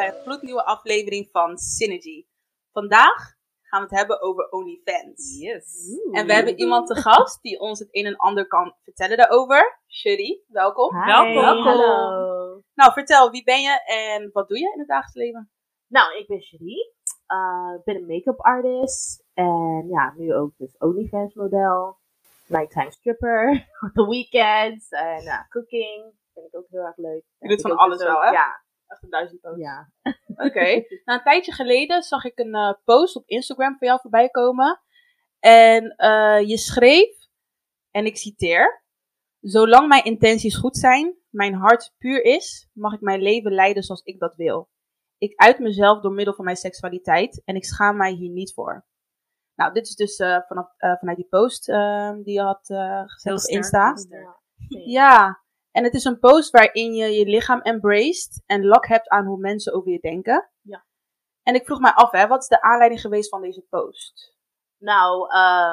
bij een gloednieuwe aflevering van Synergy. Vandaag gaan we het hebben over OnlyFans. Yes. En we hebben iemand te gast die ons het een en ander kan vertellen daarover. Shuri, welkom. Hi. Welkom. Hallo. Nou, vertel, wie ben je en wat doe je in het dagelijks leven? Nou, ik ben Shuri. Ik ben een make-up artist. En ja, nu ook dus OnlyFans model. Nighttime stripper. Op de weekends. En cooking. Vind ik ook heel erg leuk. Je doet van alles wel, hè? Ja. Echt 1000 posts. Ja. Oké. Nou, een tijdje geleden zag ik een post op Instagram van jou voorbij komen. En je schreef, en ik citeer: zolang mijn intenties goed zijn, mijn hart puur is, mag ik mijn leven leiden zoals ik dat wil. Ik uit mezelf door middel van mijn seksualiteit en ik schaam mij hier niet voor. Nou, dit is dus vanuit die post die je had gezet op Insta. Ja, en het is een post waarin je je lichaam embraced en lak hebt aan hoe mensen over je denken. Ja. En ik vroeg mij af, wat is de aanleiding geweest van deze post? Nou,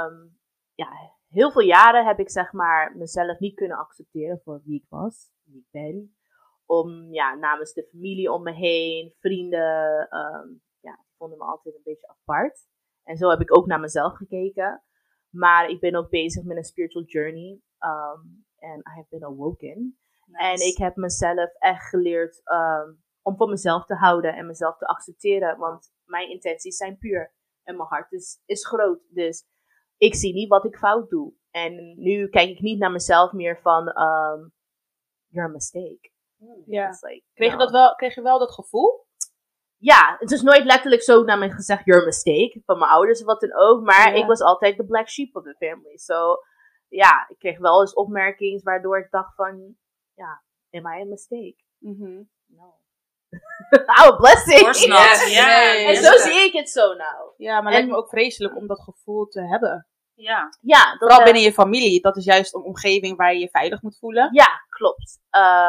heel veel jaren heb ik zeg maar mezelf niet kunnen accepteren voor wie ik was, wie ik ben. Namens de familie om me heen, vrienden, die vonden me altijd een beetje apart. En zo heb ik ook naar mezelf gekeken. Maar ik ben ook bezig met een spiritual journey. En I have been awoken. Nice. En ik heb mezelf echt geleerd om van mezelf te houden en mezelf te accepteren. Want mijn intenties zijn puur. En mijn hart is groot. Dus ik zie niet wat ik fout doe. En nu kijk ik niet naar mezelf meer van you're a mistake. Ja. Kreeg je wel dat gevoel? Ja, het is nooit letterlijk zo naar mij gezegd, you're a mistake. Van mijn ouders of wat dan ook. Maar ik was altijd de black sheep of the family. So, ik kreeg wel eens opmerkingen waardoor ik dacht van, am I a mistake? Mm-hmm. No. Our blessing. Yes. Yeah. En zo zie ik het zo nou. Ja, maar het lijkt me ook vreselijk om dat gevoel te hebben. Ja. Vooral binnen je familie. Dat is juist een omgeving waar je je veilig moet voelen. Ja, klopt.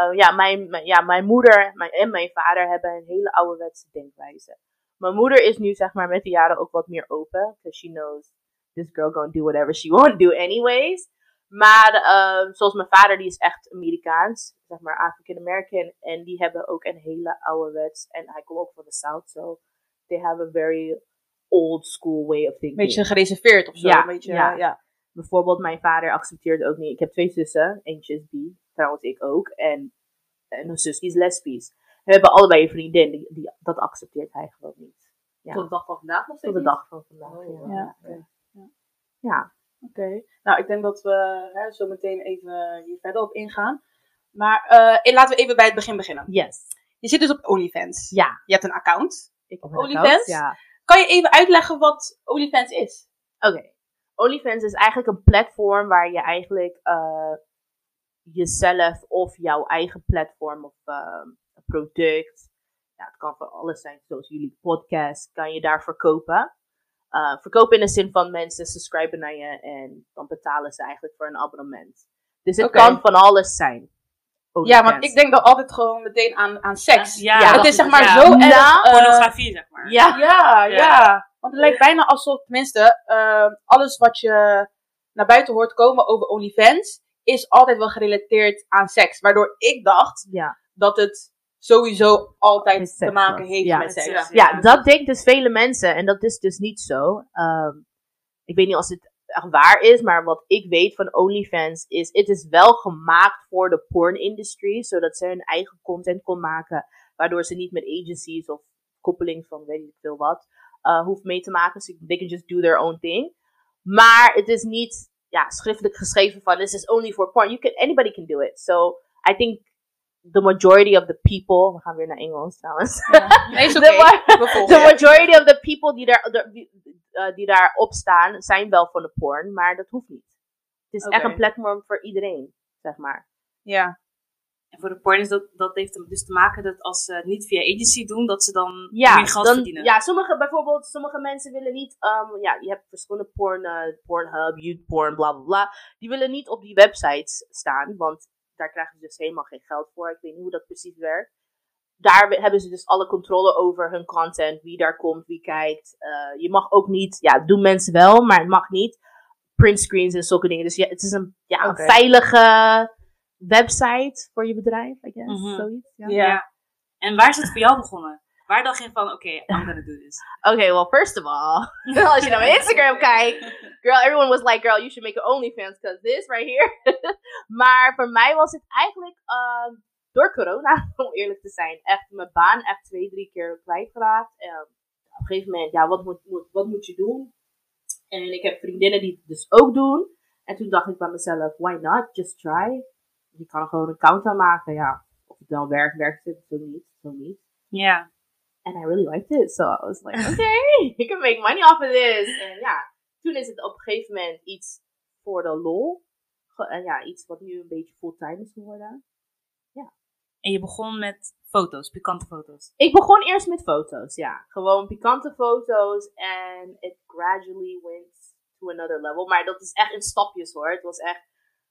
Mijn moeder en mijn vader hebben een hele ouderwetse denkwijze. Mijn moeder is nu zeg maar met de jaren ook wat meer open. Because she knows this girl gonna do whatever she won't do anyways. Maar zoals mijn vader, die is echt Amerikaans. Zeg maar African American. En die hebben ook een hele ouderwets. En hij komt ook van de South. So they have a very old school way of thinking. Beetje gereserveerd of zo. Ja. Bijvoorbeeld mijn vader accepteert ook niet. Ik heb 2 zussen. Eentje is bi. Trouwens ik ook. En een zus die is lesbisch. We hebben allebei een vriendin. Die dat accepteert hij gewoon niet. Ja. Tot de dag van vandaag nog steeds? Tot de dag van vandaag. Ja. Oké. Nou, ik denk dat we zo meteen even hier verder op ingaan. Maar laten we even bij het begin beginnen. Yes. Je zit dus op OnlyFans. Ja. Je hebt een account. Ik heb een OnlyFans. Ja. Kan je even uitleggen wat OnlyFans is? Oké. OnlyFans is eigenlijk een platform waar je eigenlijk jezelf of jouw eigen platform of een product, het kan voor alles zijn, zoals jullie podcast, kan je daar verkopen. Verkopen in de zin van mensen subscriben naar je en dan betalen ze eigenlijk voor een abonnement. Dus het kan van alles zijn. Ja, want ik denk dan altijd gewoon meteen aan seks. Ja, het is zeg maar zo erg... pornografie, zeg maar. Ja. Want het lijkt bijna alsof, tenminste, alles wat je naar buiten hoort komen over OnlyFans is altijd wel gerelateerd aan seks. Waardoor ik dacht dat het sowieso altijd te maken heeft met seks. Ja, dat denken dus vele mensen en dat is dus niet zo. Ik weet niet of het echt waar is, maar wat ik weet van OnlyFans is, het is wel gemaakt voor de porn-industrie, zodat ze hun eigen content kon maken, waardoor ze niet met agencies of koppeling van weet ik veel wat hoeft mee te maken. So they can just do their own thing. Maar het is niet schriftelijk geschreven van this is only for porn. Anybody can do it. So I think the majority of the people, we gaan weer naar Engels trouwens. Nee, is okay. The majority of the people die daarop staan, zijn wel van de porn, maar dat hoeft niet. Het is echt een platform voor iedereen, zeg maar. Ja. En voor de porn is dat heeft dus te maken dat als ze het niet via agency doen, dat ze dan meer geld verdienen. Ja, sommige mensen willen niet, je hebt verschillende Pornhub, YouPorn, bla bla bla. Die willen niet op die websites staan, want daar krijgen ze dus helemaal geen geld voor. Ik weet niet hoe dat precies werkt. Daar hebben ze dus alle controle over hun content, wie daar komt, wie kijkt. Je mag ook niet, doen mensen wel, maar het mag niet. Printscreens en zulke dingen. Dus het is een veilige website voor je bedrijf, I guess. Mm-hmm. Zoiets. Ja. En waar is het voor jou begonnen? Waar dacht je van, oké, I'm gonna do this? Okay, well, first of all, als je naar mijn Instagram kijkt, girl, everyone was like, girl, you should make an OnlyFans, because this right here. Maar voor mij was het eigenlijk door corona, om eerlijk te zijn, echt mijn baan echt 2-3 keer kwijtgeraakt. Op een gegeven moment, ja, wat moet je doen? En ik heb vriendinnen die het dus ook doen. En toen dacht ik bij mezelf, why not? Just try. Je kan er gewoon een account aanmaken, ja. Of het dan werkt het, zo niet. Ja. And I really liked it. So I was like, okay, you can make money off of this. En ja, toen is het op een gegeven moment iets voor de lol. En ja, iets wat nu een beetje fulltime is geworden. Ja. En je begon met foto's, pikante foto's. Ik begon eerst met foto's, ja. Gewoon pikante foto's. En it gradually went to another level. Maar dat is echt in stapjes hoor. Het was echt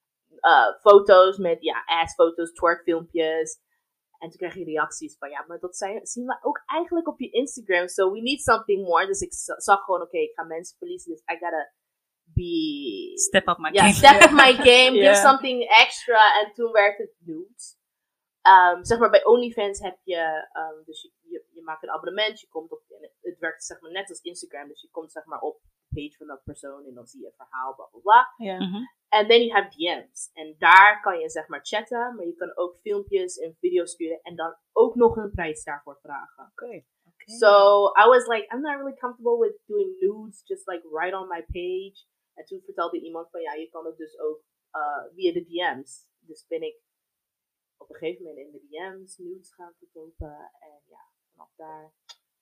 foto's met, ja, assfoto's, twerkfilmpjes. En toen kreeg je reacties van, ja, maar dat zien we ook eigenlijk op je Instagram. So we need something more. Dus ik zag gewoon, oké, ik ga mensen verliezen. Dus I gotta be... Step up my ja, game. step up my game. Yeah. Give something extra. En toen werd het nudes. Zeg maar, bij OnlyFans heb je... dus je maakt een abonnement. Je komt op... Het werkt zeg maar net als Instagram. Dus je komt zeg maar op de page van dat persoon. En dan zie je een verhaal, bla bla bla. Ja. En then you have DM's. En daar kan je zeg maar chatten. Maar je kan ook filmpjes en video's sturen. En dan ook nog een prijs daarvoor vragen. Oké. So I was like, I'm not really comfortable with doing nudes. Just like right on my page. En toen vertelde iemand van, ja, je kan het dus ook via de DM's. Dus ben ik op een gegeven moment in de DM's nudes gaan verkopen. En ja, vanaf daar.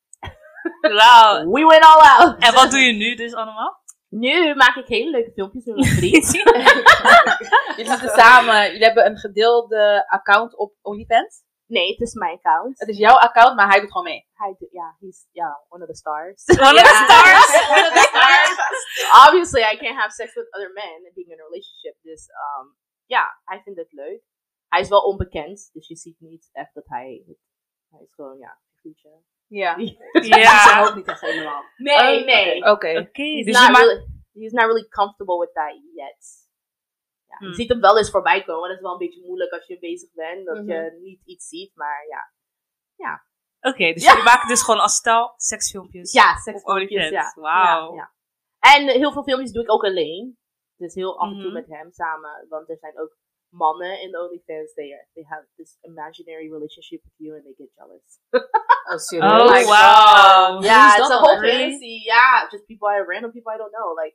Wauw. We went all out. En wat doe je nu dus allemaal? Nu maak ik hele leuke filmpjes met mijn vriend. Jullie zitten samen, jullie hebben een gedeelde account op OnlyFans. Nee, het is mijn account. Het is jouw account, maar hij doet gewoon mee. He's one of the stars. One of the stars. One of the stars. Obviously, I can't have sex with other men being in a relationship. Dus ja, hij vindt het leuk. Hij is wel onbekend, dus je ziet niet echt dat hij is gewoon, ja, een vriendje. Ja. Ja. ook niet echt helemaal. Nee. Oké. Oké, dus je maakt... He's not really comfortable with that yet. Ja, je Hmm. ziet hem wel eens voorbij komen. Dat is wel een beetje moeilijk als je bezig bent. Dat je niet iets ziet, maar ja. Oké, dus Ja. jullie maken dus gewoon als stel seksfilmpjes. Ja, Op seksfilmpjes, OnlyFans. ja. Wauw. Ja. En heel veel filmpjes doe ik ook alleen. Dus heel af en toe Mhm. met hem samen. Want er zijn ook mannen in de OnlyFans. They have this imaginary relationship with you and they get jealous. Oh, serieus? Oh, my wow. Yeah, Hoe is it's dat a whole dan? fantasy. Yeah, just random people I don't know. Like,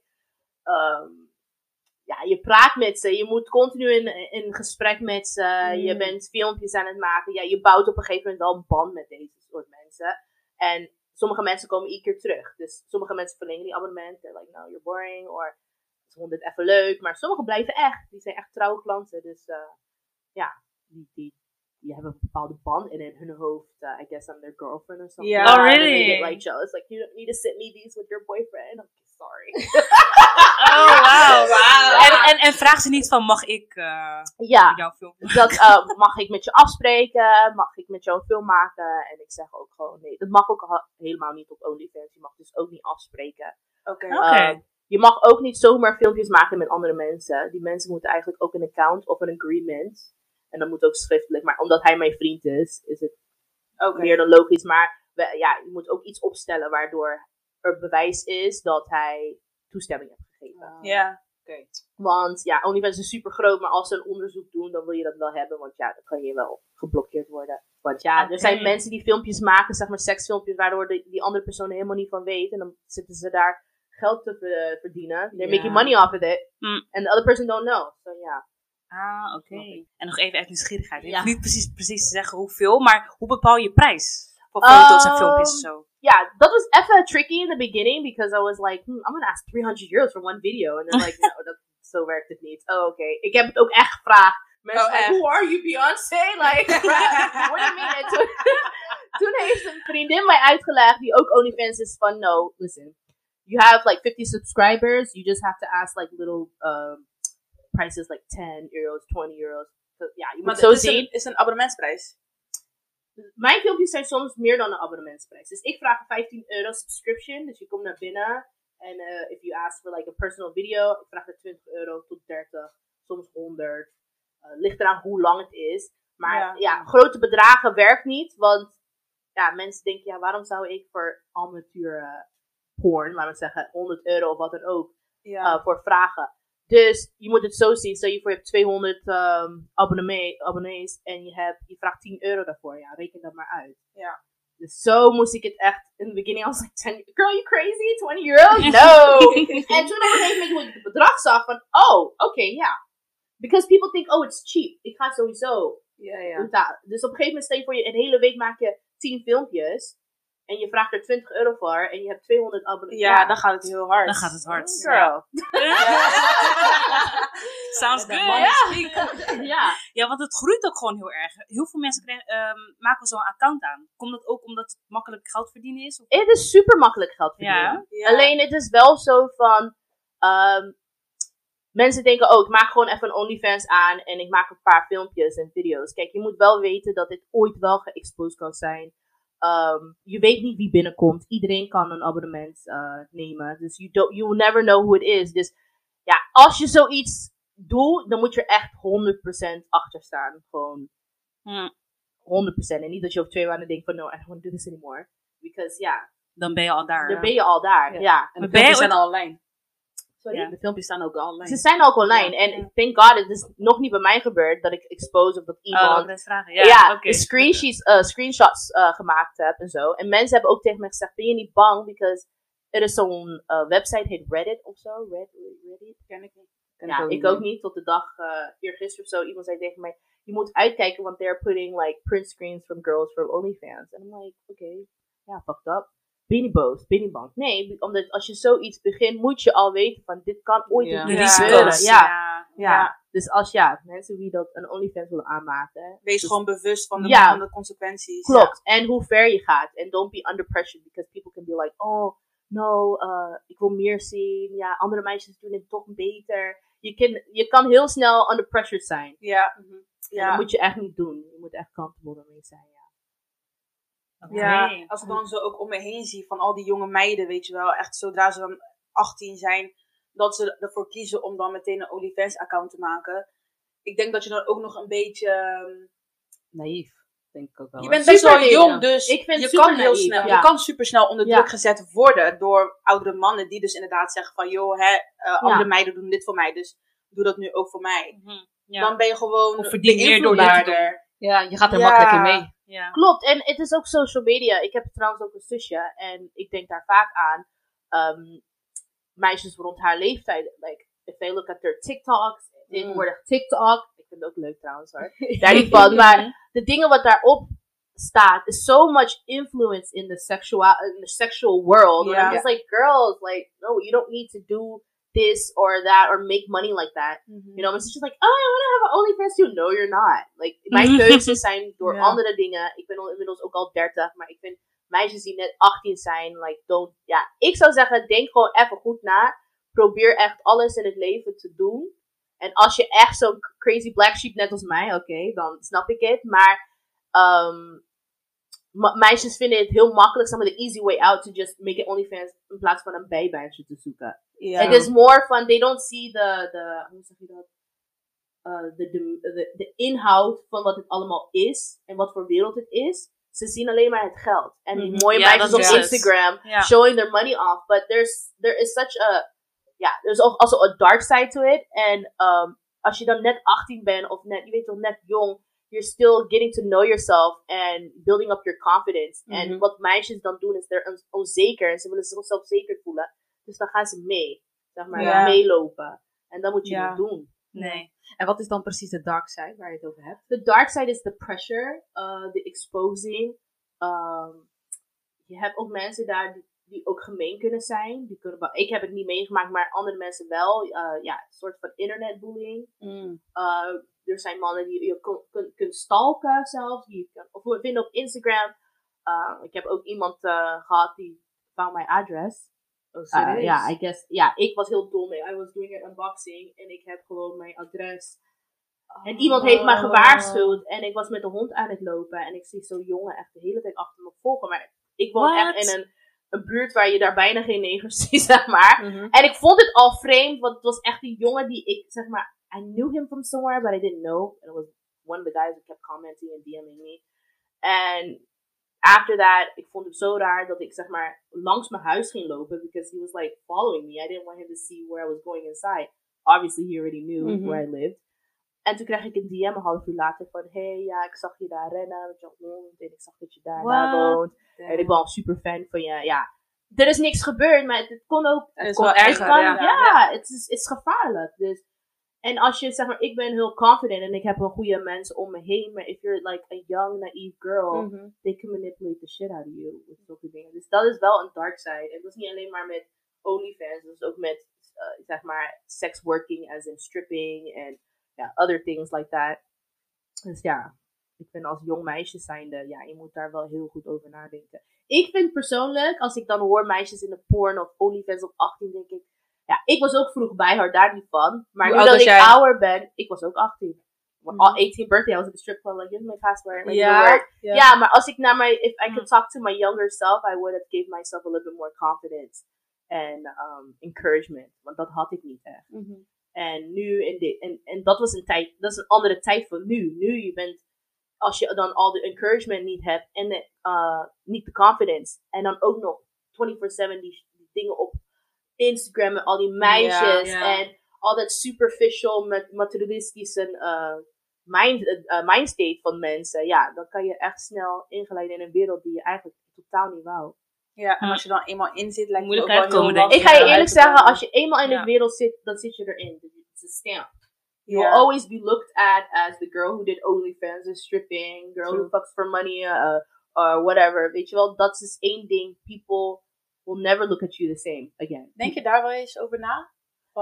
ja, je praat met ze. Je moet continu in gesprek met ze. Je bent filmpjes aan het maken. Ja, je bouwt op een gegeven moment wel een band met deze soort mensen. En sommige mensen komen iedere keer terug. Dus sommige mensen verlengen die abonnement. They're like, no, you're boring. Or, ze vonden het even leuk. Maar sommigen blijven echt. Die zijn echt trouwe klanten. Dus, ja, die hebben een bepaalde band in hun hoofd. I guess I'm their girlfriend or something. Yeah. Oh, And really? they get like jealous. Like, you don't need to send me these with your boyfriend. I'm sorry. Oh, wauw. Wow. En vraag ze niet van, mag ik Ja, jouw filmpje? dat mag ik met je afspreken? Mag ik met jou een film maken? En ik zeg ook gewoon nee. Dat mag ook helemaal niet op OnlyFans. Je mag dus ook niet afspreken. Oké. Oké. Je mag ook niet zomaar filmpjes maken met andere mensen. Die mensen moeten eigenlijk ook een account of een agreement. En dat moet ook schriftelijk. Maar omdat hij mijn vriend is het meer dan logisch. Maar je moet ook iets opstellen waardoor er bewijs is dat hij toestemming heeft gegeven. Ja. Oké. Want ja, OnlyFans is super groot, maar als ze een onderzoek doen, dan wil je dat wel hebben. Want ja, dan kan je wel geblokkeerd worden. Want ja, Oké. er zijn mensen die filmpjes maken, zeg maar seksfilmpjes, waardoor die andere persoon er helemaal niet van weet. En dan zitten ze daar geld te verdienen. They're Ja. making money off of it. Mm. And the other person don't know. So ja. Ah, oké. En nog even uit nieuwsgierigheid. Ik Ja. hoef niet precies te zeggen hoeveel, maar hoe bepaal je prijs? Voor foto's en filmpjes en zo. Ja, dat was even tricky in the beginning, because I was like, I'm gonna ask €300 for one video. And they're like, no, zo werkt het niet. Oh, oké. Ik heb het ook echt gevraagd. Mensen Oh, echt? who are you, Beyoncé? Like, what do you mean? En toen heeft een vriendin mij uitgelegd, die ook OnlyFans is, van, no, listen. You have like 50 subscribers. You just have to ask like little prices like €10, €20. So, ja, je moet Maar zo het zien. is een abonnementsprijs. Mijn filmpjes zijn soms meer dan een abonnementsprijs. Dus ik vraag €15 subscription. Dus je komt naar binnen. En if you ask for like a personal video, ik vraag er €20 tot 30, soms 100. Ligt eraan hoe lang het is. Maar ja, grote bedragen werkt niet. Want mensen denken, waarom zou ik voor amateur porn, laten we zeggen, €100 of wat dan ook, voor vragen. Dus je moet het zo zien. Stel je voor, je hebt 200 abonnees en je vraagt €10 daarvoor. Ja, reken dat maar uit. Ja. Dus zo moest ik het echt, in the beginning I was like, girl, you crazy? €20? No! En toen op een gegeven moment ik het bedrag zag van, oké. Because people think, it's cheap. Ik ga sowieso betalen. Dus op een gegeven moment stel je voor, een hele week maak je 10 filmpjes. En je vraagt er €20 voor en je hebt 200 abonnees. Ja, dan gaat het heel hard. Dan gaat het hard. Girl. Sounds good. Ja, want het groeit ook gewoon heel erg. Heel veel mensen maken zo'n account aan. Komt dat ook omdat het makkelijk geld verdienen is? Of? Het is super makkelijk geld verdienen. Ja. Alleen het is wel zo van... mensen denken, ik maak gewoon even een OnlyFans aan en ik maak een paar filmpjes en video's. Kijk, je moet wel weten dat dit ooit wel geëxposed kan zijn. Je weet niet wie binnenkomt. Iedereen kan een abonnement nemen. Dus you will never know who it is. Dus ja, als je zoiets doet, dan moet je er echt 100% achter staan. Gewoon 100%. En niet dat je op 2 maanden denkt van, no, I don't want to do this anymore. Because dan ben je al daar. Dan ben je al daar, ja. En de filmpjes zijn al online. Sorry? Ja, de filmpjes staan ook al online. Ze zijn ook online. En thank God, het is nog niet bij mij gebeurd dat ik expose of dat iemand... Okay. Screenshots gemaakt heb en zo. En mensen hebben ook tegen mij gezegd, ben je niet bang? Because er is zo'n website, heet Reddit of zo. Reddit? Ken ik niet. Ik ook niet. Tot de dag eergisteren of zo. Iemand zei tegen mij, je moet uitkijken, want they're putting like print screens from girls from OnlyFans. En I'm like, okay, fucked up. Ben je niet boos? Ben je niet bang? Nee, omdat als je zoiets begint, moet je al weten van, dit kan ooit een keer gebeuren. Ja. Dus als mensen die dat een OnlyFans willen aanmaken. Wees gewoon bewust van de consequenties. Klopt. En hoe ver je gaat. En don't be under pressure. Because people can be like, oh, no, ik wil meer zien. Ja, andere meisjes doen het toch beter. Je kan heel snel under pressure zijn. Ja. En dat moet je echt niet doen. Je moet echt comfortable ermee zijn, Ja, als ik dan zo ook om me heen zie van al die jonge meiden, weet je wel, echt zodra ze dan 18 zijn, dat ze ervoor kiezen om dan meteen een OnlyFans-account te maken. Ik denk dat je dan ook nog een beetje... naïef, denk ik ook wel. Je bent best wel jong, dus ik vind je kan heel naïef, snel, je kan supersnel onder druk gezet worden door oudere mannen die dus inderdaad zeggen van, joh, andere meiden doen dit voor mij, dus doe dat nu ook voor mij. Dan ben je gewoon of verdien meer door dit te doen. Ja, je gaat er makkelijk in mee. Ja. Klopt, en het is ook social media. Ik heb trouwens ook een zusje en ik denk daar vaak aan. Meisjes rond haar leeftijd. Like, if they look at their TikToks, tegenwoordig TikTok. Ik vind het ook leuk trouwens hoor. Daar niet van. Maar de dingen wat daarop staat is so much influence in the sexual world. And I'm just like, girls, like, no, you don't need to do this or that or make money like that. You know, it's just like, oh, I want to have an OnlyFans too. No, you're not. Like, mijn keuzes zijn door andere dingen. Ik ben inmiddels ook al 30, maar ik vind meisjes die net 18 zijn, like, don't, ik zou zeggen, denk gewoon even goed na. Probeer echt alles in het leven te doen. En als je echt zo'n crazy black sheep net als mij, oké, dan snap ik het. Maar, meisjes vinden het heel makkelijk, some of the easy way out to just make it OnlyFans in plaats van een bijbaantje te zoeken. Het is more van, they don't see hoe zeg je dat? De inhoud van wat het allemaal is en wat voor wereld het is. Ze zien alleen maar het geld. En die mooie meisjes op Instagram showing their money off. But there is such a, there's also a dark side to it. En als je dan net 18 bent of net, je weet toch, net jong, you're still getting to know yourself and building up your confidence. En wat meisjes dan doen is, they're onzeker en ze willen zichzelf zeker voelen. Dus dan gaan ze mee, zeg maar, meelopen. En dat moet je niet doen. Nee. En wat is dan precies de dark side waar je het over hebt? The dark side is the pressure, the exposing. Je hebt ook mensen daar die ook gemeen kunnen zijn. Ik heb het niet meegemaakt, maar andere mensen wel. Een soort van internetbullying. Er zijn mannen die je kunt stalken zelfs. Of vinden op Instagram. Ik heb ook iemand gehad die found mijn adres. I guess. Ik was heel dom. I was doing an unboxing. En ik heb gewoon mijn adres. En iemand heeft mij gewaarschuwd. En ik was met de hond aan het lopen. En ik zie zo'n jongen echt de hele tijd achter me volgen. Maar ik woon echt in een buurt waar je daar bijna geen negers ziet, zeg maar. En ik vond het al vreemd. Want het was echt een jongen die ik, zeg maar, I knew him from somewhere, but I didn't know. And it was one of the guys who kept commenting and DMing me. En after that, ik vond het zo raar dat ik zeg maar langs mijn huis ging lopen. Because he was like following me. I didn't want him to see where I was going inside. Obviously, he already knew where I lived. En toen kreeg ik een DM een half uur later van... Hey, ja, ik zag je daar rennen met je hond. En ik zag dat je daar woont. En ik ben al super fan van je. Ja, er is niks gebeurd, maar het kon ook... Het is wel erger, ja, het is gevaarlijk. Dus, en als je, zeg maar, ik ben heel confident en ik heb een goede mensen om me heen. Maar if you're like a young, naive girl, they can manipulate the shit out of you. Met zulke dingen. Dus dat is wel een dark side. En dat is niet alleen maar met OnlyFans. Dat is ook met, zeg maar, sex working as in stripping en other things like that. Dus ja, ik vind als jong meisje zijnde, ja, je moet daar wel heel goed over nadenken. Ik vind persoonlijk, als ik dan hoor meisjes in de porn of OnlyFans op 18, denk ik, ja, ik was ook vroeg bij haar, daar niet van. Maar nu dat ik ouder ben, ik was ook 18. 18th birthday, I was at the strip club, like, here's my password. Like, ja, maar als ik naar mijn, if I could talk to my younger self, I would have gave myself a little bit more confidence and encouragement. Want dat had ik niet echt. En nu, en dat was een tijd, dat is een andere tijd van nu. Nu, je bent, als je dan al de encouragement niet hebt en niet de confidence. En dan ook nog 24/7 die dingen op Instagram en al die meisjes. En al dat superficial, materialistische mindstate van mensen. Ja, dan kan je echt snel ingeleiden in een wereld die je eigenlijk totaal niet wou. Ja, en als je dan eenmaal in zit, lijkt moeilijk het ook wel uitkomen, heel Ik ga je eerlijk zeggen, als je eenmaal in de wereld zit, dan zit je erin. It's a stamp. You will always be looked at as the girl who did OnlyFans and stripping, girl who fucks for money, or whatever. Weet je wel, dat is één ding. People will never look at you the same again. Denk je daar wel eens over na?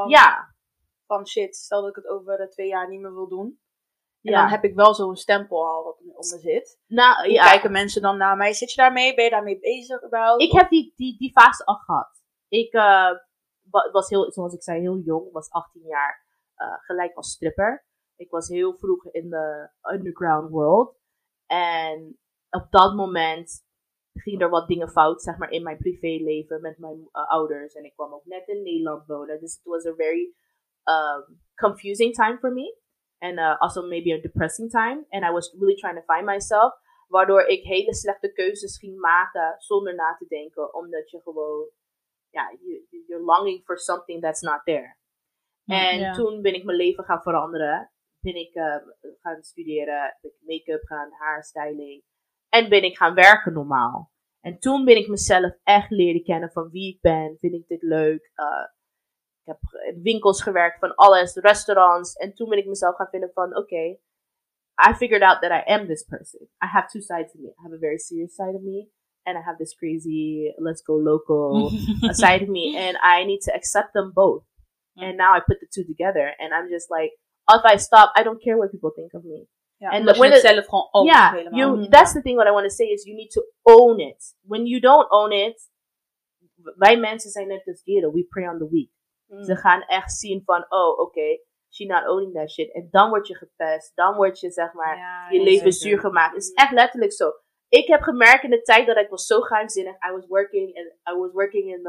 Van shit, stel dat ik het over 2 jaar niet meer wil doen. En dan heb ik wel zo'n stempel al wat om me zit. Nou, Hoe kijken mensen dan naar mij? Zit je daarmee? Ben je daarmee bezig überhaupt? Ik heb die fase al gehad. Ik was heel, zoals ik zei, heel jong. Was 18 jaar. Gelijk als stripper. Ik was heel vroeg in de underground world. En op dat moment gingen er wat dingen fout, zeg maar, in mijn privéleven met mijn ouders. En ik kwam ook net in Nederland wonen. Dus it was a very confusing time for me. And also maybe a depressing time. And I was really trying to find myself. Waardoor ik hele slechte keuzes ging maken zonder na te denken. Omdat je gewoon, you're longing for something that's not there. En toen ben ik mijn leven gaan veranderen. Ben ik gaan studeren. Ben ik make-up gaan, haarstyling. En ben ik gaan werken normaal. En toen ben ik mezelf echt leren kennen van wie ik ben. Vind ik dit leuk? Ik heb in winkels gewerkt van alles, restaurants. En toen ben ik mezelf gaan vinden van, okay, I figured out that I am this person. I have two sides of me. I have a very serious side of me. And I have this crazy, let's go local side of me. And I need to accept them both. And now I put the two together. And I'm just like, if I stop, I don't care what people think of me. Ja, en when het zelf gewoon own helemaal. That's the thing what I want to say is you need to own it. When you don't own it, wij mensen zijn net als dieren. We prey on the weak. Ze gaan echt zien van, okay, she not owning that shit. En dan word je gepest. Dan word je, zeg maar, je leven zuur gemaakt. Het is echt letterlijk zo. Ik heb gemerkt in de tijd dat ik was zo geheimzinnig. I was working in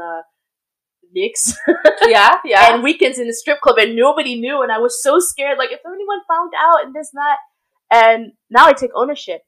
Niks. And weekends in the strip club and nobody knew. And I was so scared. Like, if anyone found out and this and that. And now I take ownership.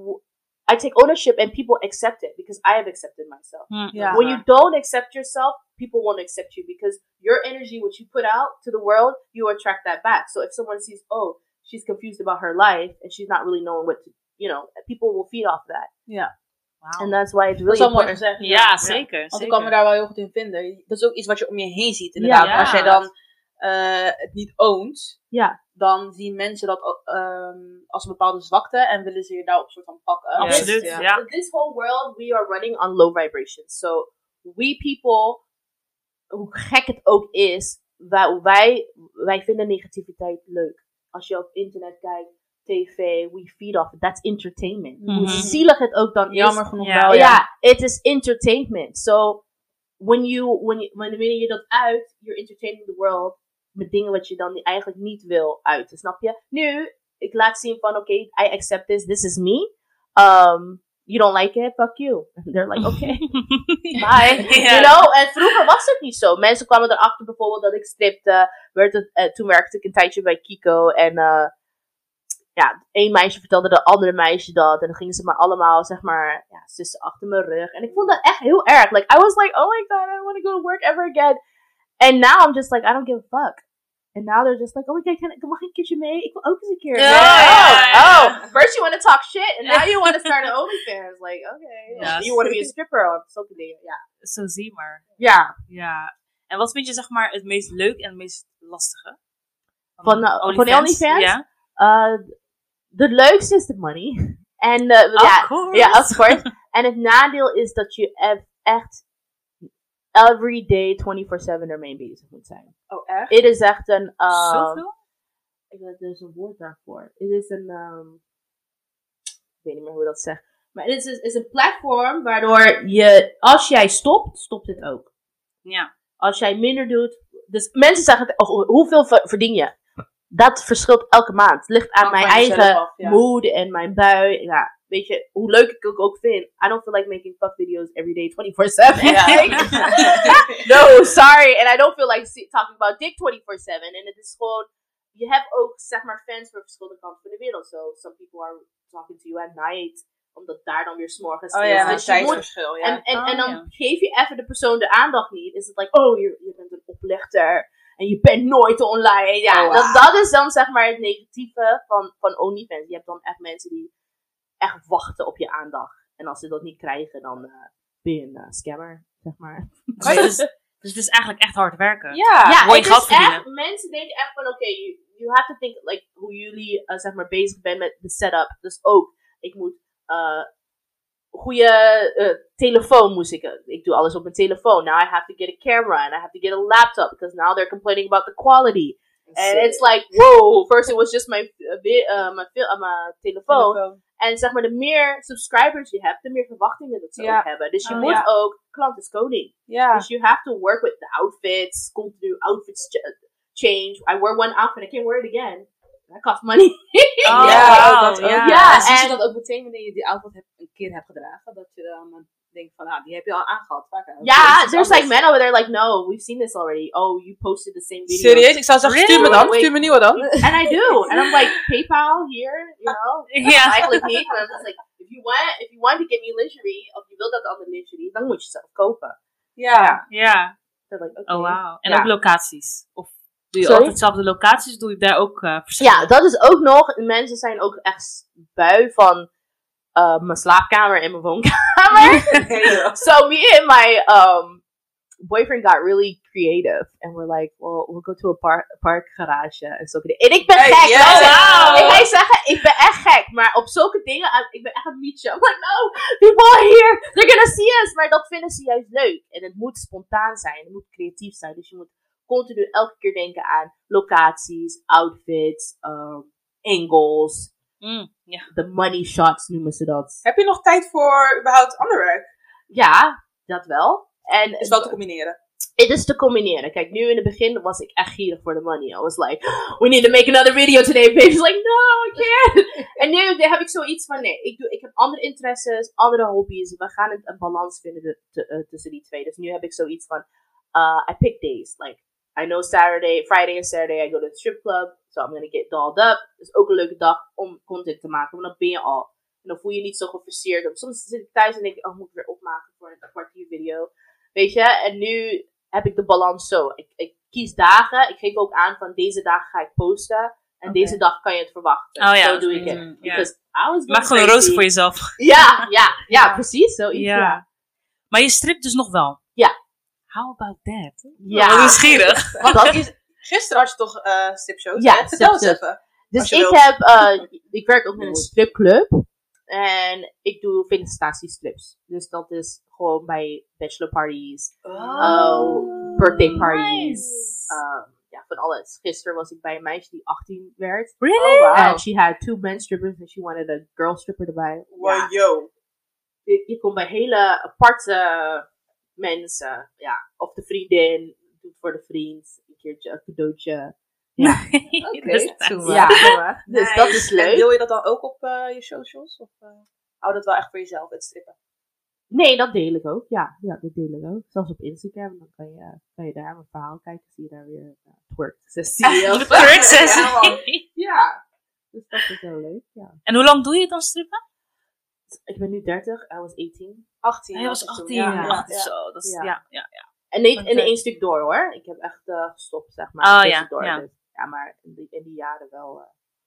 And people accept it because I have accepted myself. When you don't accept yourself, people won't accept you because your energy, what you put out to the world, you attract that back. So if someone sees, she's confused about her life and she's not really knowing what to, people will feed off that. Yeah. Wow. And that's why it's really dat is wel mooi gezegd. Ja, zeker. Want ik kan me daar wel heel goed in vinden. Dat is ook iets wat je om je heen ziet, inderdaad. Ja. Als jij dan het niet ownt, dan zien mensen dat als een bepaalde zwakte en willen ze je daarop soort van pakken. Absoluut, In this whole world, we are running on low vibrations. So, we people, hoe gek het ook is, wij vinden negativiteit leuk. Als je op internet kijkt, tv, we feed off it. That's entertainment. Hoe zielig het ook dan is. Jammer genoeg wel, it is entertainment. So, wanneer je dat uit, you're entertaining the world met dingen wat je dan eigenlijk niet wil uiten, snap je? Nu, ik laat zien van, okay, I accept this is me. You don't like it, fuck you. They're like, okay, bye. You know, en vroeger was het niet zo. Mensen kwamen erachter bijvoorbeeld dat ik stripte. Toen werkte ik een tijdje bij Kiko en één meisje vertelde de andere meisje dat. En dan gingen ze maar allemaal, zeg maar, zussen achter mijn rug. En ik vond dat echt heel erg. Like, I was like, oh my god, I don't want to go to work ever again. And now I'm just like, I don't give a fuck. And now they're just like, oh my god, mag ik een keertje mee? Ik wil ook eens een keer. First you want to talk shit. And now you want to start an OnlyFans. Like, okay. You want to be a stripper. Of zulke dingen, Zo zie maar. Ja. En wat vind je, zeg maar, het meest leuk en het meest lastige? Van OnlyFans? Ja. De leukste is de money. En Of course. Of course. En het nadeel is dat je echt every day 24/7 ermee bezig moet zijn. Oh, echt? Het is echt een... Zoveel? Er is een woord daarvoor. Het is een... ik weet niet meer hoe dat zegt. Maar het is een platform waardoor je... Als jij stopt het ook. Ja. Als jij minder doet... Dus mensen zeggen... hoeveel verdien je? Dat verschilt elke maand. Het ligt aan mijn eigen mood en mijn bui. Ja, weet je, hoe leuk ik het ook vind. I don't feel like making fuck videos every day 24/7. No, sorry. And I don't feel like talking about dick 24/7. En het is gewoon... Je hebt ook, zeg maar, fans voor verschillende kanten van de wereld. So, some people are talking to you at night. Omdat daar dan weer 's morgens is. Dus tijdsverschil, En dan geef je even de persoon de aandacht niet. Is het like, oh, je bent een oplichter. En je bent nooit online. Ja, dat is dan, zeg maar, het negatieve van OnlyFans. Je hebt dan echt mensen die echt wachten op je aandacht. En als ze dat niet krijgen, dan ben je een scammer, zeg maar. Dus het is eigenlijk echt hard werken. Ja, Mooi geld verdienen. Mensen denken echt van, oké, you have to think, like, hoe jullie, zeg maar, bezig bent met de setup. Dus ook, ik moet goede telefoon moest ik doe alles op mijn telefoon. Now I have to get a camera and I have to get a laptop because now they're complaining about the quality. And it's like, whoa, first it was just my telefoon. En zeg maar, de meer subscribers je hebt, de meer verwachtingen dat ze ook hebben. Dus je moet ook, klant is koning. Dus you have to work with the outfits, continue outfits change. I wear one outfit, I can't wear it again. That cost money. Zie je dat ook meteen wanneer je die outfit een keer hebt gedragen? Dat je dan denkt van, die heb je al aangehad. There's like men over there like, no, we've seen this already. Oh, you posted the same video. Serieus? Ik zou zeggen, stuur me dan. Stuur me nieuwe dan. And I do. And I'm like, PayPal here, you know? Eigenlijk niet. Maar I'm just like, if you want to get me lingerie, of je wilt dat andere lingerie, dan moet je zelf kopen. Ja. Like, okay. Oh, wow. En ook locaties? Of doe je altijd dezelfde locaties? Doe je daar ook verschillen? Ja, dat is ook nog. Mensen zijn ook echt bui van mijn slaapkamer en mijn woonkamer. So me and my boyfriend got really creative. And we're like, well, we'll go to a park garage. En ik ben gek. Ik ga je zeggen, ik ben echt gek. Maar op zulke dingen, ik ben echt een mietje. I'm like, no, people are here. They're gonna see us. Maar dat vinden ze juist leuk. En het moet spontaan zijn. Het moet creatief zijn. Dus je moet continu elke keer denken aan locaties, outfits, angles. De money shots noemen ze dat. Heb je nog tijd voor überhaupt ander werk? Ja, dat wel. En het is wel te combineren. Het is te combineren. Kijk, nu in het begin was ik echt gierig voor de money. I was like, we need to make another video today. Baby's like, no, I can't. En nu heb ik zoiets van, nee, ik heb andere interesses, andere hobby's. We gaan een balans vinden tussen die twee. Dus nu heb ik zoiets van, I pick days. Like, I know Friday and Saturday I go to the strip club. So I'm gonna get dolled up. Dus ook een leuke dag om content te maken. Want dan ben je al. En dan voel je niet zo geforceerd. Soms zit ik thuis en denk ik, moet ik weer opmaken voor een kwartier video. Weet je? En nu heb ik de balans zo. Ik kies dagen. Ik geef ook aan van deze dagen ga ik posten. En deze dag kan je het verwachten. Zo doe ik het. Because I was maak gewoon een rooster voor jezelf. Ja, precies. Zoiets, ja. Maar je stript dus nog wel? Ja. How about that? Ja. Wat nieuwsgierig. Gisteren had je toch stripshows? Ja, vertel eens even. Dus ik werk ook in een stripclub. En ik doe felicitatie-strips. Dus dat is gewoon bij bachelor parties, birthday parties. Nice. Van alles. Gisteren was ik bij een meisje die 18 werd. Really? Oh, wow. And she had 2 men strippers and she wanted a girl stripper erbij. Wow, yo. Je komt bij hele aparte mensen. Ja. Of de vriendin doet voor de vriend. Een keertje een cadeautje. Ja. Okay. Dus dat is leuk. En deel je dat dan ook op je socials? Of hou dat wel echt voor jezelf, het strippen? Nee, dat deel ik ook. Ja, dat deel ik ook. Zelfs op Instagram. Dan kan je daar mijn verhaal kijken. Zie je daar weer twerk sessie. Twerk sessie. Ja. Dus dat is heel leuk, ja. En hoe lang doe je dan strippen? Ik ben nu 30, I was 18. 18. Hij was het toen. 18. Ja. Ja. Zo, dat is, Ja. ja. En niet Want, in één stuk door hoor. Ik heb echt gestopt, zeg maar. Oh, tussendoor. ja. Dus, ja, maar in die jaren wel.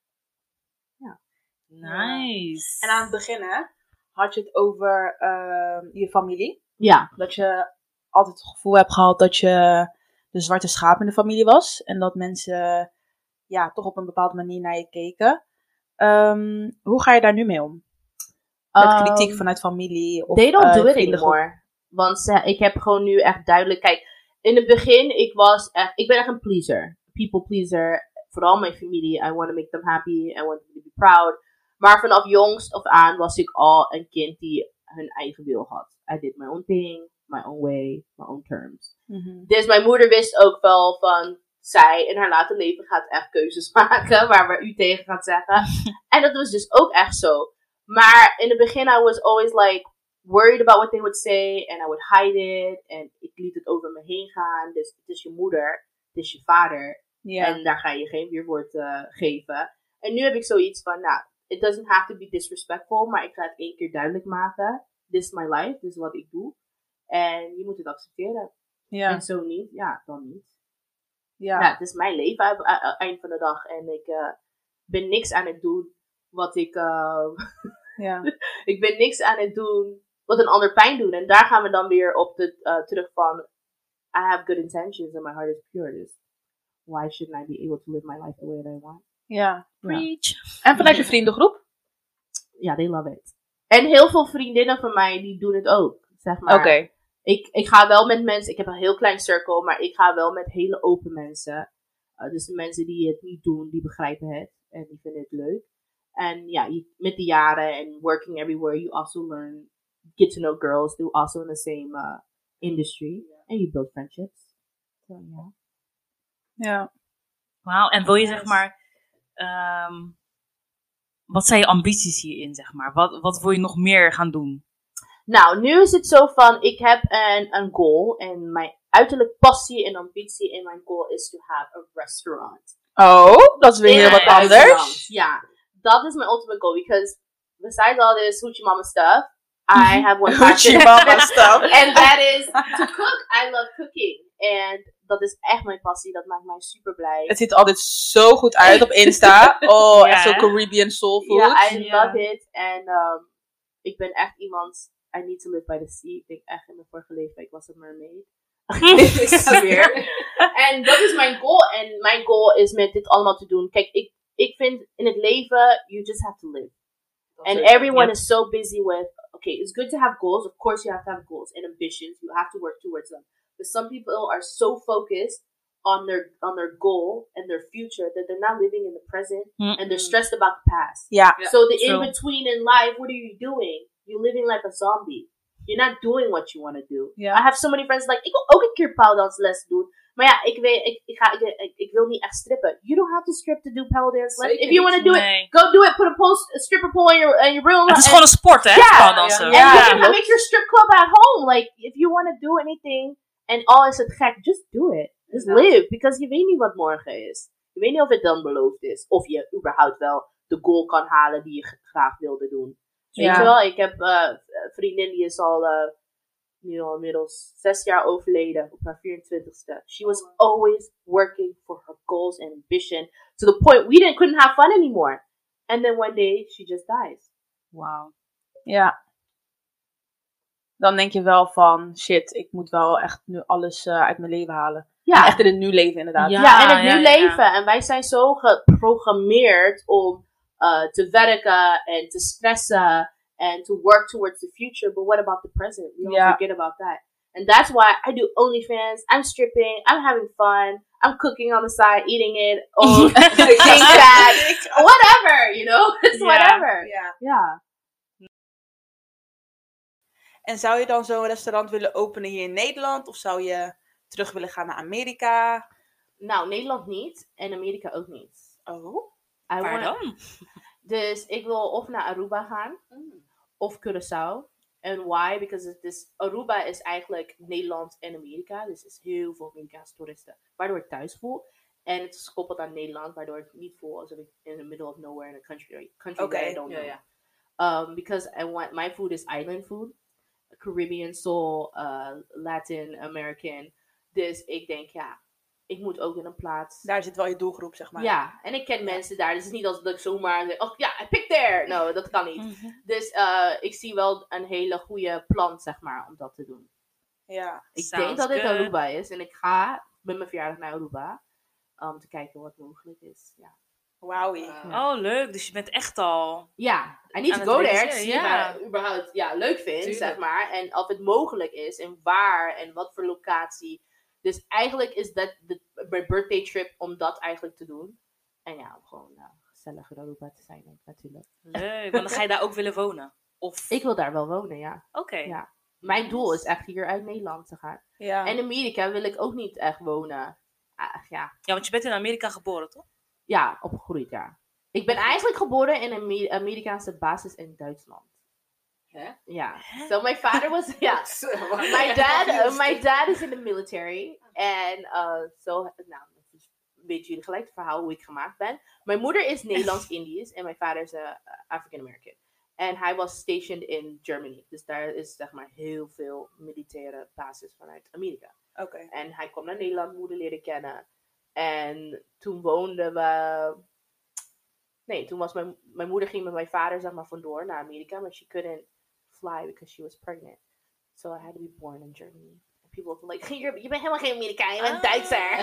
Nice. En aan het begin, hè, had je het over je familie. Ja. Dat je altijd het gevoel hebt gehad dat je de zwarte schaap in de familie was. En dat mensen ja, toch op een bepaalde manier naar je keken. Hoe ga je daar nu mee om? Met kritiek vanuit familie? Of, They don't do it vriendengroep? anymore. Want ik heb gewoon nu echt duidelijk... Kijk, in het begin, ik ben echt een pleaser. People pleaser. Vooral mijn familie. I want to make them happy. I want them to be proud. Maar vanaf jongst af aan was ik al een kind die hun eigen wil had. I did my own thing, my own way, my own terms. Mhm. Dus mijn moeder wist ook wel van... Zij in haar later leven gaat echt keuzes maken waar we u tegen gaat zeggen. En dat was dus ook echt zo. Maar in het begin, I was always like worried about what they would say. And I would hide it. En ik liet het over me heen gaan. Dus het is je moeder. Het is je vader. Ja. En daar ga je geen weerwoord geven. En nu heb ik zoiets van, nou, it doesn't have to be disrespectful. Maar ik ga het 1 keer duidelijk maken. This is my life. Dit is wat ik doe. En je moet het accepteren. Ja. En zo niet, ja, dan niet. Ja. Ja, het is mijn leven aan het eind van de dag. En ik ben niks aan het doen wat ik... Ja. ik ben niks aan het doen wat een ander pijn doet. En daar gaan we dan weer op terug van... I have good intentions and my heart is pure. Dus why shouldn't I be able to live my life the way that I want? Ja. Preach. En vanuit je vriendengroep? Ja, they love it. En heel veel vriendinnen van mij, die doen het ook. Zeg maar. Oké. Ik ga wel met mensen... Ik heb een heel klein circle, maar ik ga wel met hele open mensen. Dus de mensen die het niet doen, die begrijpen het. En die vinden het leuk. En ja, met de jaren en working everywhere, you also learn, get to know girls who also in the same industry. And you build friendships. So, yeah. Ja. Wauw, en wil je zeg maar... wat zijn je ambities hierin, zeg maar? Wat wil je nog meer gaan doen? Nou, nu is het zo van, ik heb een goal. En mijn uiterlijk passie en ambitie in mijn goal is to have a restaurant. Oh, dat is weer heel wat anders. Ja, dat is mijn ultimate goal. Because besides all this hoochie mama stuff, I have one passion. Hoochie mama stuff. And that is to cook. I love cooking. En dat is echt mijn passie. Dat maakt mij super blij. Het ziet er altijd zo goed uit op Insta. Oh, Ja, echt zo hè? Caribbean soul food. Ja, I Ja. love it. En ik ben echt iemand... I need to live by the sea. Ik denk echt in mijn vorige leven, ik was een mermaid. Ik zweer. En dat is mijn goal. En mijn goal is met dit allemaal te doen. Kijk, ik vind in het leven, you just have to live. And everyone is so busy with, okay, it's good to have goals. Of course you have to have goals and ambitions. You have to work towards them. But some people are so focused on their goal and their future that they're not living in the present. And they're stressed about the past. Ja. So the True. in-between in life, what are you doing? You're living like a zombie. You're not doing what you want to do. Ja. I have so many friends like, ik wil ook een keer paaldansles doen. Maar ja, ik wil niet echt strippen. You don't have to strip to do pole dance les. Zeker If you want to do Nee. it, go do it. Put a stripper pole in your room. Het is gewoon een sport, hè? Ja. Paaldansen. And Ja. you can make your strip club at home. Like, if you want to do anything, en al is het gek, just do it. Just live. Because je weet niet wat morgen is. Je weet niet of het dan beloofd is. Of je überhaupt wel de goal kan halen die je graag wilde doen. Weet Ja. je wel, ik heb een vriendin die is al nu al inmiddels 6 jaar overleden op haar 24ste. She was always working for her goals and ambition to the point we couldn't have fun anymore. And then one day she just dies. Wauw. Ja. Dan denk je wel van, shit, ik moet wel echt nu alles uit mijn leven halen. Ja, Echt in het nu leven inderdaad. Ja. ja, en het nu ja, ja. leven. En wij zijn zo geprogrammeerd om te werken en te stressen and to work towards the future. But what about the present? We don't Ja. forget about that. And that's why I do OnlyFans. I'm stripping. I'm having fun. I'm cooking on the side, eating it. Oh, being fat. Whatever, you know? It's Ja. whatever. Ja. Ja. En zou je dan zo'n restaurant willen openen hier in Nederland? Of zou je terug willen gaan naar Amerika? Nou, Nederland niet. En Amerika ook niet. Oh. I Waar wanna- dan? Dus ik wil of naar Aruba gaan. Of Curaçao. En why? Because Aruba is eigenlijk Nederland en Amerika. Dus er is heel veel Amerikaanse toeristen. Waardoor ik thuis voel. En het is gekoppeld aan Nederland, waardoor ik niet voel alsof ik in the middle of nowhere in a country that I don't know. Because my food is island food. Caribbean soul, Latin American. Dus ik denk, ik moet ook in een plaats. Daar zit wel je doelgroep, zeg maar. Ja, en ik ken mensen daar. Dus het is niet als dat ik zomaar zeg, I pick there. No, dat kan niet. Dus ik zie wel een hele goede plan, zeg maar, om dat te doen. Ja. Ik denk dat het Aruba is. En ik ga met mijn verjaardag naar Aruba. Om te kijken wat mogelijk is. Ja. Wauw. Oh, leuk. Dus je bent echt al... Ja, I need to go there. Zie je maar überhaupt leuk vind, Tuurlijk. zeg maar. En of het mogelijk is. En waar. En wat voor locatie. Dus eigenlijk is dat mijn birthday trip om dat eigenlijk te doen. En om gewoon gezellig in Aruba te zijn, denk ik, natuurlijk. Leuk. Want dan ga je daar ook willen wonen? Of... Ik wil daar wel wonen, ja. Oké. Ja. Mijn doel is echt hier uit Nederland te gaan. Ja. En in Amerika wil ik ook niet echt wonen. Ja, want je bent in Amerika geboren, toch? Ja, opgegroeid, ja. Ik ben eigenlijk geboren in een Amerikaanse basis in Duitsland. Hè? Ja. So my father was, my dad is in the military. En weet jullie gelijk het verhaal hoe ik gemaakt ben. Mijn moeder is Nederlands-Indisch en mijn vader is African-American. En hij was stationed in Germany. Dus daar is zeg maar heel veel militaire basis vanuit Amerika. Oké. En hij kwam naar Nederland, moeder leren kennen. En toen woonden we... Nee, toen was mijn moeder ging met mijn vader zeg maar vandoor naar Amerika. Maar she couldn't fly because she was pregnant. So I had to be born in Germany. And people were like, je bent helemaal geen Amerikaan, je bent Duitser.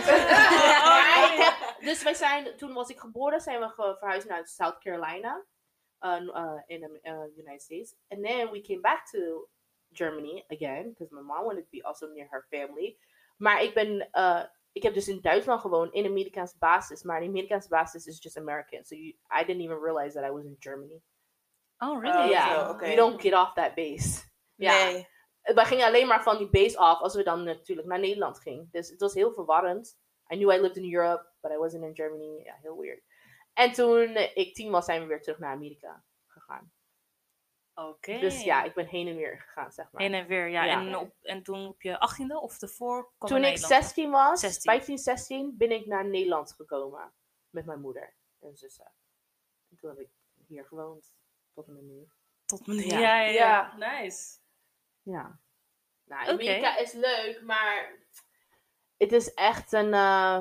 Dus toen was ik geboren, zijn we verhuisd naar South Carolina. In the United States. And then we came back to Germany again. Because my mom wanted to be also near her family. Maar ik heb dus in Duitsland gewoond in Amerikaanse basis. Maar de Amerikaanse basis is just American. So I didn't even realize that I was in Germany. Oh, really? You don't get off that base. Nee. We gingen alleen maar van die base af als we dan natuurlijk naar Nederland gingen. Dus het was heel verwarrend. I knew I lived in Europe, but I wasn't in Germany. Ja, heel weird. En toen ik 10 was, zijn we weer terug naar Amerika gegaan. Oké. Dus ja, ik ben heen en weer gegaan, zeg maar. Heen en weer, ja. Ja. En toen op je 18e of ervoor kwam Toen je ik Nederland? 16 was, 16. 15, 16, ben ik naar Nederland gekomen. Met mijn moeder en zussen. En toen heb ik hier gewoond. Tot en met nu. Tot me. Ja. Ja. Nice. Ja. Nou, Oké. Amerika is leuk, maar het is echt een...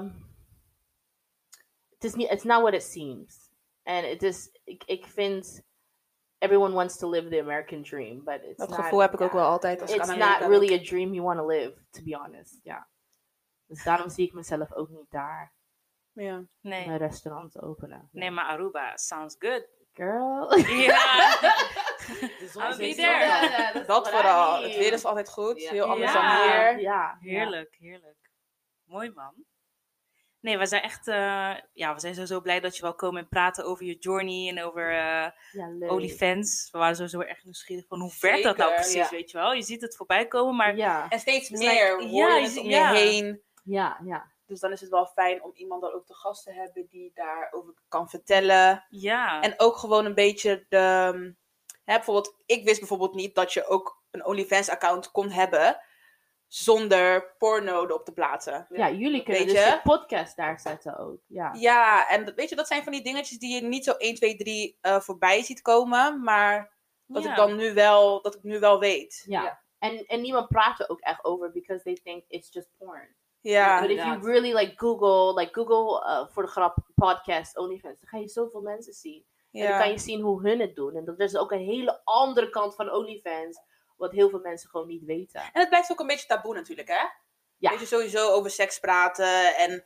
it's not what it seems. En het is... Ik vind... Everyone wants to live the American dream, but it's Dat not... gevoel heb ik ook wel altijd als ik It's aan not Amerika really denk. a dream you want to live, to be honest. Ja. Dus daarom zie ik mezelf ook niet daar Ja. Nee. een restaurant openen. Nee, maar Aruba sounds good. Girl. Ja. I'll be there. Dat vooral. Het weer is altijd goed. Ja. Heel anders Ja. dan hier. Ja. Heerlijk, heerlijk. Mooi, man. Nee, we zijn echt... we zijn sowieso blij dat je wel komen en praten over je journey en over Ja, leuk. OnlyFans. We waren sowieso erg nieuwsgierig van hoe werkt dat nou Zeker, precies, ja. weet je wel? Je ziet het voorbij komen, maar... Ja. En steeds It's meer like- hoor ja, je je het om ziet- je ja. heen. Ja. Dus dan is het wel fijn om iemand dan ook te gast te hebben die daarover kan vertellen. Ja. En ook gewoon een beetje de... bijvoorbeeld, ik wist bijvoorbeeld niet dat je ook een OnlyFans-account kon hebben zonder porno erop te plaatsen. Ja, jullie kunnen Weet dus je? de podcast daar zetten ook. Ja. Ja, en weet je, dat zijn van die dingetjes die je niet zo 1, 2, 3 voorbij ziet komen, maar dat Ja. ik dan nu wel weet. Ja. En niemand praat er ook echt over because they think it's just porn. Ja, But if you inderdaad. really Google voor de grap podcast OnlyFans, dan ga je zoveel mensen zien. En dan kan je zien hoe hun het doen. En dat is ook een hele andere kant van OnlyFans, wat heel veel mensen gewoon niet weten. En het blijft ook een beetje taboe natuurlijk, hè? Ja. Weet je, sowieso over seks praten en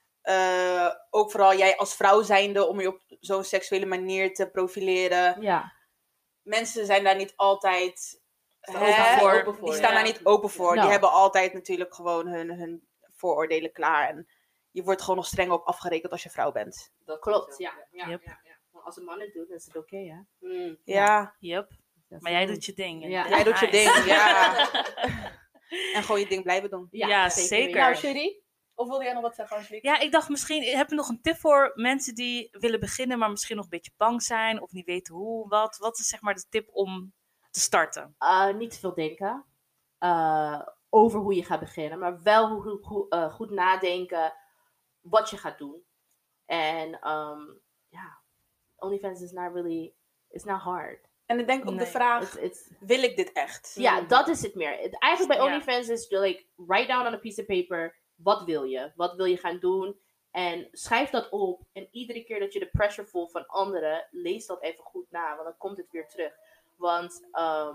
ook vooral jij als vrouw zijnde om je op zo'n seksuele manier te profileren. Ja. Mensen zijn daar niet altijd open voor, die staan ja. daar niet open voor. Nou. Die hebben altijd natuurlijk gewoon hun vooroordelen klaar. En je wordt gewoon nog streng op afgerekend als je vrouw bent. Dat Klopt, wel. ja. Yep. Maar als een man het doet, dan is het oké, hè? Ja, Yep. Maar jij doet je ding. En Ja. dat jij is doet je nice. ding, ja. En gewoon je ding blijven doen. Ja, zeker. Nou, Sherry? Of wilde jij nog wat zeggen, Angelique? Ja, ik dacht misschien, heb je nog een tip voor mensen die willen beginnen, maar misschien nog een beetje bang zijn of niet weten hoe, wat? Wat is zeg maar de tip om te starten? Niet te veel denken over hoe je gaat beginnen, maar wel goed nadenken wat je gaat doen. En OnlyFans is not really, it's not hard. En ik denk ook de vraag, wil ik dit echt? Ja, dat is het meer. Eigenlijk bij OnlyFans is like, write down on a piece of paper, wat wil je? Wat wil je gaan doen? En schrijf dat op. En iedere keer dat je de pressure voelt van anderen, lees dat even goed na. Want dan komt het weer terug. Want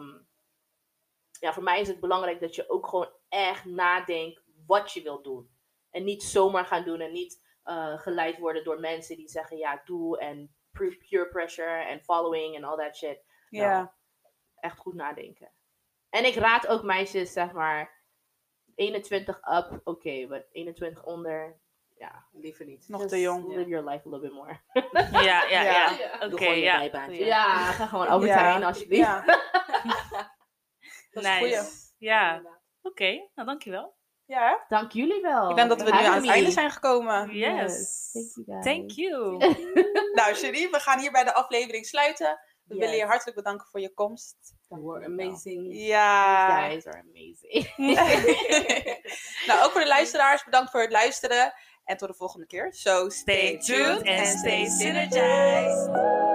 voor mij is het belangrijk dat je ook gewoon echt nadenkt wat je wilt doen. En niet zomaar gaan doen. En niet geleid worden door mensen die zeggen, ja, doe. En pure pressure en following en all that shit. Ja. Nou, echt goed nadenken. En ik raad ook meisjes, zeg maar, 21 up, oké, maar 21 onder, ja, liever niet. Nog Just te jong. live your life a little bit more. Ja. Doe Oké, gewoon je ja. bijbaantje. Ja, ga gewoon Albert Heijn alsjeblieft. Ja. Dat is een goeie. Nice. Ja. Oké, nou dankjewel. Ja, hè? Dank jullie wel. Ik denk dat we nu aan het einde zijn gekomen. Yes. Thank you guys. Thank you. Nou, Cherie, we gaan hier bij de aflevering sluiten. We Yes. willen je hartelijk bedanken voor je komst. You were amazing. Ja. You guys are amazing. Nou, ook voor de luisteraars, bedankt voor het luisteren. En tot de volgende keer. So Stay tuned and stay synergized.